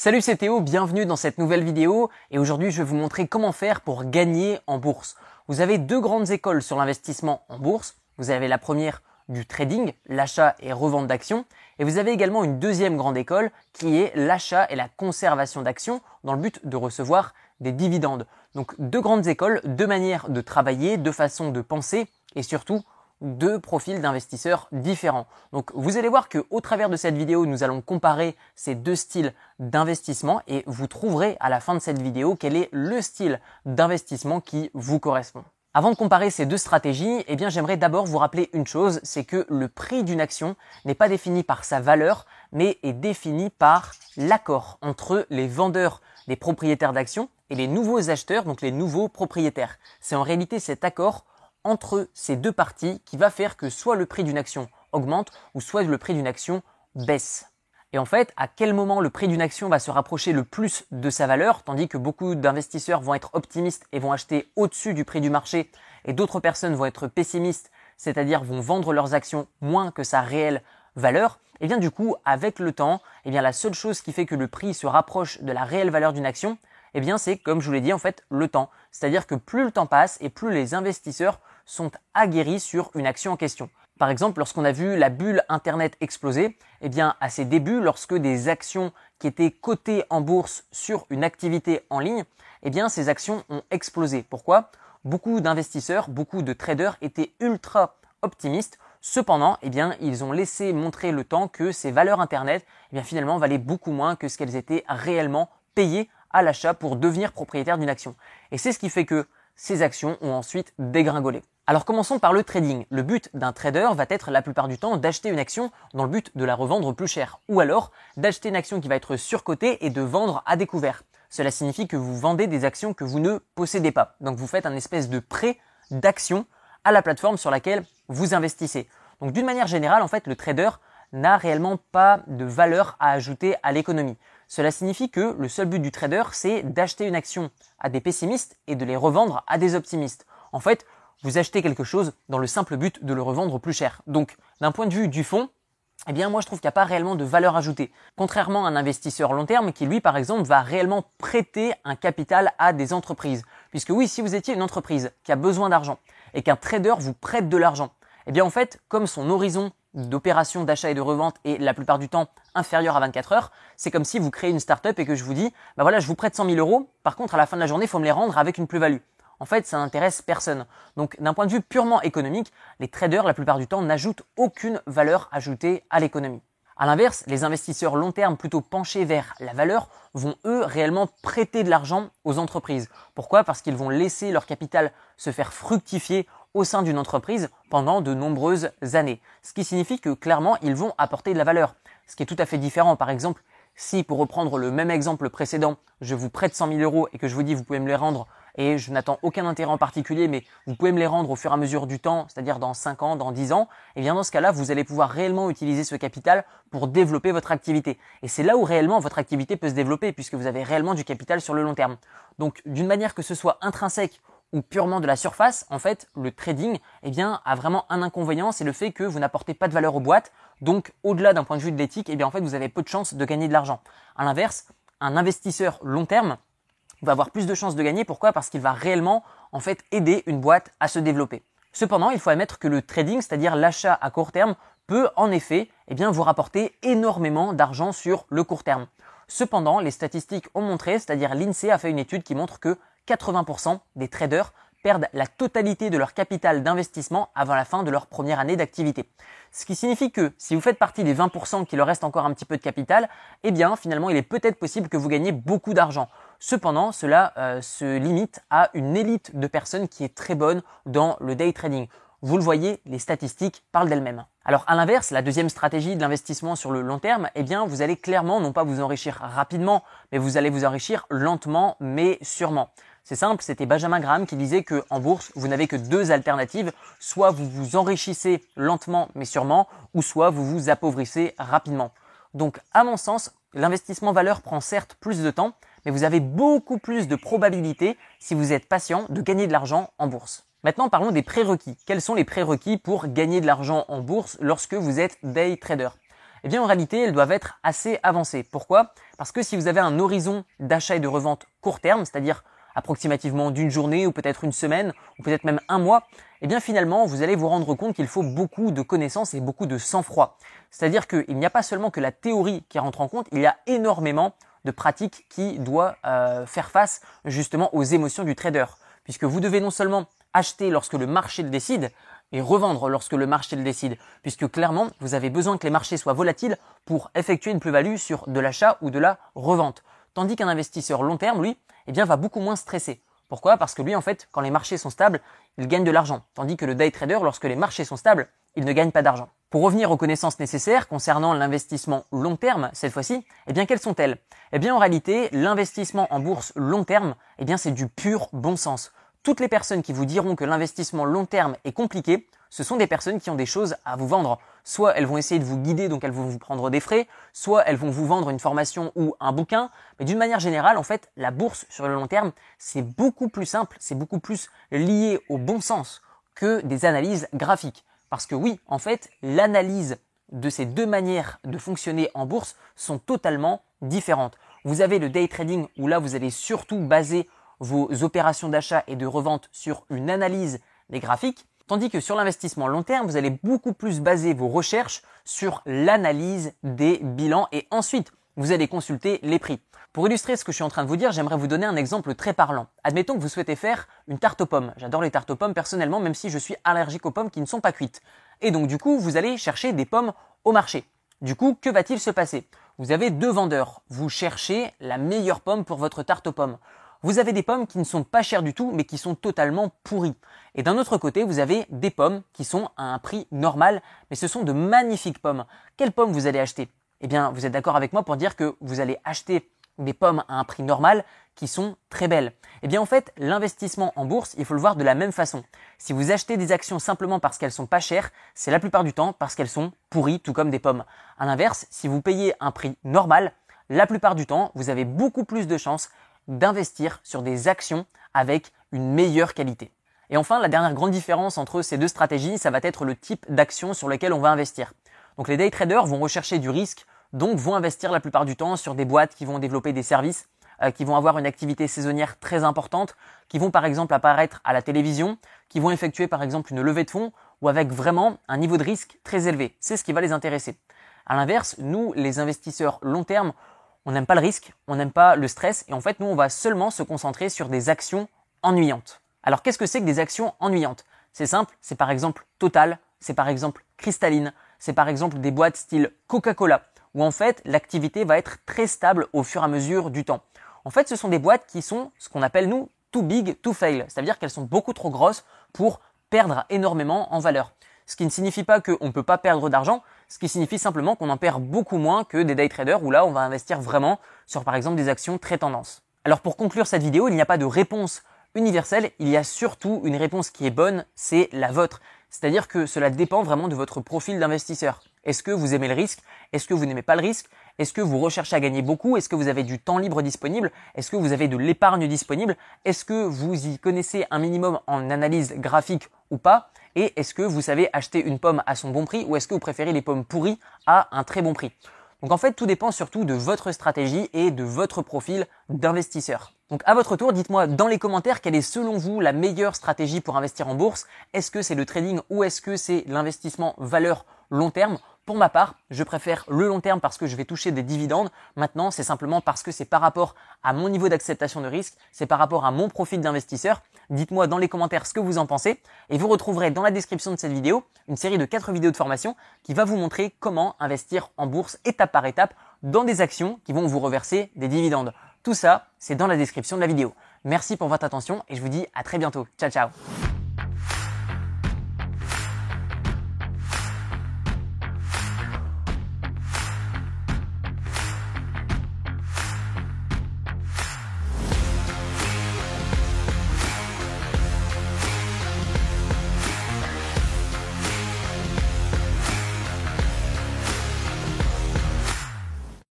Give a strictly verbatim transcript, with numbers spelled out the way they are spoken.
Salut, c'est Théo, bienvenue dans cette nouvelle vidéo et aujourd'hui je vais vous montrer comment faire pour gagner en bourse. Vous avez deux grandes écoles sur l'investissement en bourse. Vous avez la première du trading, l'achat et revente d'actions, et vous avez également une deuxième grande école qui est l'achat et la conservation d'actions dans le but de recevoir des dividendes. Donc deux grandes écoles, deux manières de travailler, deux façons de penser et surtout deux profils d'investisseurs différents. Donc vous allez voir qu'au travers de cette vidéo, nous allons comparer ces deux styles d'investissement et vous trouverez à la fin de cette vidéo quel est le style d'investissement qui vous correspond. Avant de comparer ces deux stratégies, eh bien j'aimerais d'abord vous rappeler une chose, c'est que le prix d'une action n'est pas défini par sa valeur, mais est défini par l'accord entre les vendeurs des propriétaires d'actions et les nouveaux acheteurs, donc les nouveaux propriétaires. C'est en réalité cet accord entre ces deux parties qui va faire que soit le prix d'une action augmente ou soit le prix d'une action baisse. Et en fait, à quel moment le prix d'une action va se rapprocher le plus de sa valeur, tandis que beaucoup d'investisseurs vont être optimistes et vont acheter au-dessus du prix du marché et d'autres personnes vont être pessimistes, c'est-à-dire vont vendre leurs actions moins que sa réelle valeur, et bien du coup, avec le temps, et bien la seule chose qui fait que le prix se rapproche de la réelle valeur d'une action, eh bien c'est, comme je vous l'ai dit, en fait, le temps. C'est-à-dire que plus le temps passe et plus les investisseurs sont aguerris sur une action en question. Par exemple, lorsqu'on a vu la bulle Internet exploser, eh bien, à ses débuts, lorsque des actions qui étaient cotées en bourse sur une activité en ligne, eh bien, ces actions ont explosé. Pourquoi ? Beaucoup d'investisseurs, beaucoup de traders étaient ultra optimistes. Cependant, eh bien, ils ont laissé montrer le temps que ces valeurs Internet, eh bien, finalement, valaient beaucoup moins que ce qu'elles étaient réellement payées à l'achat pour devenir propriétaire d'une action. Et c'est ce qui fait que ces actions ont ensuite dégringolé. Alors commençons par le trading. Le but d'un trader va être la plupart du temps d'acheter une action dans le but de la revendre plus cher. Ou alors d'acheter une action qui va être surcotée et de vendre à découvert. Cela signifie que vous vendez des actions que vous ne possédez pas. Donc vous faites un espèce de prêt d'action à la plateforme sur laquelle vous investissez. Donc d'une manière générale, en fait, le trader n'a réellement pas de valeur à ajouter à l'économie. Cela signifie que le seul but du trader, c'est d'acheter une action à des pessimistes et de les revendre à des optimistes. En fait, vous achetez quelque chose dans le simple but de le revendre plus cher. Donc, d'un point de vue du fond, eh bien moi je trouve qu'il n'y a pas réellement de valeur ajoutée. Contrairement à un investisseur long terme qui lui par exemple va réellement prêter un capital à des entreprises. Puisque oui, si vous étiez une entreprise qui a besoin d'argent et qu'un trader vous prête de l'argent, eh bien en fait, comme son horizon d'opération d'achat et de revente est la plupart du temps inférieur à vingt-quatre heures, c'est comme si vous créez une start-up et que je vous dis, bah voilà, je vous prête cent mille euros, par contre à la fin de la journée, il faut me les rendre avec une plus-value. En fait, ça n'intéresse personne. Donc, d'un point de vue purement économique, les traders, la plupart du temps, n'ajoutent aucune valeur ajoutée à l'économie. À l'inverse, les investisseurs long terme plutôt penchés vers la valeur vont eux réellement prêter de l'argent aux entreprises. Pourquoi ? Parce qu'ils vont laisser leur capital se faire fructifier au sein d'une entreprise pendant de nombreuses années. Ce qui signifie que clairement, ils vont apporter de la valeur. Ce qui est tout à fait différent. Par exemple, si pour reprendre le même exemple précédent, je vous prête cent mille euros et que je vous dis vous pouvez me les rendre et je n'attends aucun intérêt en particulier, mais vous pouvez me les rendre au fur et à mesure du temps, c'est-à-dire dans cinq ans, dans dix ans, et bien dans ce cas-là, vous allez pouvoir réellement utiliser ce capital pour développer votre activité. Et c'est là où réellement votre activité peut se développer puisque vous avez réellement du capital sur le long terme. Donc d'une manière que ce soit intrinsèque ou purement de la surface, en fait, le trading eh bien, a vraiment un inconvénient, c'est le fait que vous n'apportez pas de valeur aux boîtes. Donc, au-delà d'un point de vue de l'éthique, eh bien, en fait, vous avez peu de chances de gagner de l'argent. À l'inverse, un investisseur long terme va avoir plus de chances de gagner. Pourquoi ? Parce qu'il va réellement, en fait, aider une boîte à se développer. Cependant, il faut admettre que le trading, c'est-à-dire l'achat à court terme, peut en effet eh bien, vous rapporter énormément d'argent sur le court terme. Cependant, les statistiques ont montré, c'est-à-dire l'INSEE a fait une étude qui montre que quatre-vingts pour cent des traders perdent la totalité de leur capital d'investissement avant la fin de leur première année d'activité. Ce qui signifie que si vous faites partie des vingt pour cent qui leur reste encore un petit peu de capital, eh bien finalement il est peut-être possible que vous gagnez beaucoup d'argent. Cependant, cela euh, se limite à une élite de personnes qui est très bonne dans le day trading. Vous le voyez, les statistiques parlent d'elles-mêmes. Alors à l'inverse, la deuxième stratégie d'investissement sur le long terme, eh bien vous allez clairement non pas vous enrichir rapidement, mais vous allez vous enrichir lentement mais sûrement. C'est simple, c'était Benjamin Graham qui disait que en bourse, vous n'avez que deux alternatives, soit vous vous enrichissez lentement mais sûrement, ou soit vous vous appauvrissez rapidement. Donc à mon sens, l'investissement valeur prend certes plus de temps, mais vous avez beaucoup plus de probabilité, si vous êtes patient, de gagner de l'argent en bourse. Maintenant, parlons des prérequis. Quels sont les prérequis pour gagner de l'argent en bourse lorsque vous êtes day trader ? Eh bien en réalité, elles doivent être assez avancées. Pourquoi? Parce que si vous avez un horizon d'achat et de revente court terme, c'est-à-dire approximativement d'une journée ou peut-être une semaine ou peut-être même un mois, eh bien finalement vous allez vous rendre compte qu'il faut beaucoup de connaissances et beaucoup de sang-froid. C'est-à-dire qu'il n'y a pas seulement que la théorie qui rentre en compte, il y a énormément de pratiques qui doivent euh, faire face justement aux émotions du trader. Puisque vous devez non seulement acheter lorsque le marché le décide et revendre lorsque le marché le décide, puisque clairement vous avez besoin que les marchés soient volatiles pour effectuer une plus-value sur de l'achat ou de la revente. Tandis qu'un investisseur long terme, lui, eh bien, va beaucoup moins stresser. Pourquoi? Parce que lui, en fait, quand les marchés sont stables, il gagne de l'argent. Tandis que le day trader, lorsque les marchés sont stables, il ne gagne pas d'argent. Pour revenir aux connaissances nécessaires concernant l'investissement long terme, cette fois-ci, eh bien, quelles sont-elles? Eh bien, en réalité, l'investissement en bourse long terme, eh bien, c'est du pur bon sens. Toutes les personnes qui vous diront que l'investissement long terme est compliqué, ce sont des personnes qui ont des choses à vous vendre. Soit elles vont essayer de vous guider, donc elles vont vous prendre des frais, soit elles vont vous vendre une formation ou un bouquin. Mais d'une manière générale, en fait, la bourse sur le long terme, c'est beaucoup plus simple, c'est beaucoup plus lié au bon sens que des analyses graphiques. Parce que oui, en fait, l'analyse de ces deux manières de fonctionner en bourse sont totalement différentes. Vous avez le day trading où là, vous allez surtout baser vos opérations d'achat et de revente sur une analyse des graphiques. Tandis que sur l'investissement long terme, vous allez beaucoup plus baser vos recherches sur l'analyse des bilans et ensuite, vous allez consulter les prix. Pour illustrer ce que je suis en train de vous dire, j'aimerais vous donner un exemple très parlant. Admettons que vous souhaitez faire une tarte aux pommes. J'adore les tartes aux pommes personnellement, même si je suis allergique aux pommes qui ne sont pas cuites. Et donc du coup, vous allez chercher des pommes au marché. Du coup, que va-t-il se passer? Vous avez deux vendeurs. Vous cherchez la meilleure pomme pour votre tarte aux pommes. Vous avez des pommes qui ne sont pas chères du tout, mais qui sont totalement pourries. Et d'un autre côté, vous avez des pommes qui sont à un prix normal, mais ce sont de magnifiques pommes. Quelles pommes vous allez acheter? Eh bien, vous êtes d'accord avec moi pour dire que vous allez acheter des pommes à un prix normal qui sont très belles. Eh bien, en fait, l'investissement en bourse, il faut le voir de la même façon. Si vous achetez des actions simplement parce qu'elles sont pas chères, c'est la plupart du temps parce qu'elles sont pourries, tout comme des pommes. À l'inverse, si vous payez un prix normal, la plupart du temps, vous avez beaucoup plus de chances d'investir sur des actions avec une meilleure qualité. Et enfin, la dernière grande différence entre ces deux stratégies, ça va être le type d'action sur lequel on va investir. Donc les day traders vont rechercher du risque, donc vont investir la plupart du temps sur des boîtes qui vont développer des services, euh, qui vont avoir une activité saisonnière très importante, qui vont par exemple apparaître à la télévision, qui vont effectuer par exemple une levée de fonds ou avec vraiment un niveau de risque très élevé. C'est ce qui va les intéresser. À l'inverse, nous, les investisseurs long terme, on n'aime pas le risque, on n'aime pas le stress et en fait, nous, on va seulement se concentrer sur des actions ennuyantes. Alors, qu'est-ce que c'est que des actions ennuyantes? C'est simple, c'est par exemple Total, c'est par exemple Cristalline, c'est par exemple des boîtes style Coca-Cola, où en fait, l'activité va être très stable au fur et à mesure du temps. En fait, ce sont des boîtes qui sont ce qu'on appelle, nous, too big to fail, c'est-à-dire qu'elles sont beaucoup trop grosses pour perdre énormément en valeur. Ce qui ne signifie pas qu'on ne peut pas perdre d'argent, ce qui signifie simplement qu'on en perd beaucoup moins que des day traders où là on va investir vraiment sur par exemple des actions très tendances. Alors pour conclure cette vidéo, il n'y a pas de réponse universelle, il y a surtout une réponse qui est bonne, c'est la vôtre. C'est-à-dire que cela dépend vraiment de votre profil d'investisseur. Est-ce que vous aimez le risque? Est-ce que vous n'aimez pas le risque? Est-ce que vous recherchez à gagner beaucoup? Est-ce que vous avez du temps libre disponible? Est-ce que vous avez de l'épargne disponible? Est-ce que vous y connaissez un minimum en analyse graphique ou pas? Et est-ce que vous savez acheter une pomme à son bon prix ou est-ce que vous préférez les pommes pourries à un très bon prix? Donc en fait, tout dépend surtout de votre stratégie et de votre profil d'investisseur. Donc à votre tour, dites-moi dans les commentaires quelle est selon vous la meilleure stratégie pour investir en bourse. Est-ce que c'est le trading ou est-ce que c'est l'investissement valeur long terme? Pour ma part, je préfère le long terme parce que je vais toucher des dividendes. Maintenant, c'est simplement parce que c'est par rapport à mon niveau d'acceptation de risque, c'est par rapport à mon profil d'investisseur. Dites-moi dans les commentaires ce que vous en pensez et vous retrouverez dans la description de cette vidéo une série de quatre vidéos de formation qui va vous montrer comment investir en bourse étape par étape dans des actions qui vont vous reverser des dividendes. Tout ça, c'est dans la description de la vidéo. Merci pour votre attention et je vous dis à très bientôt. Ciao, ciao!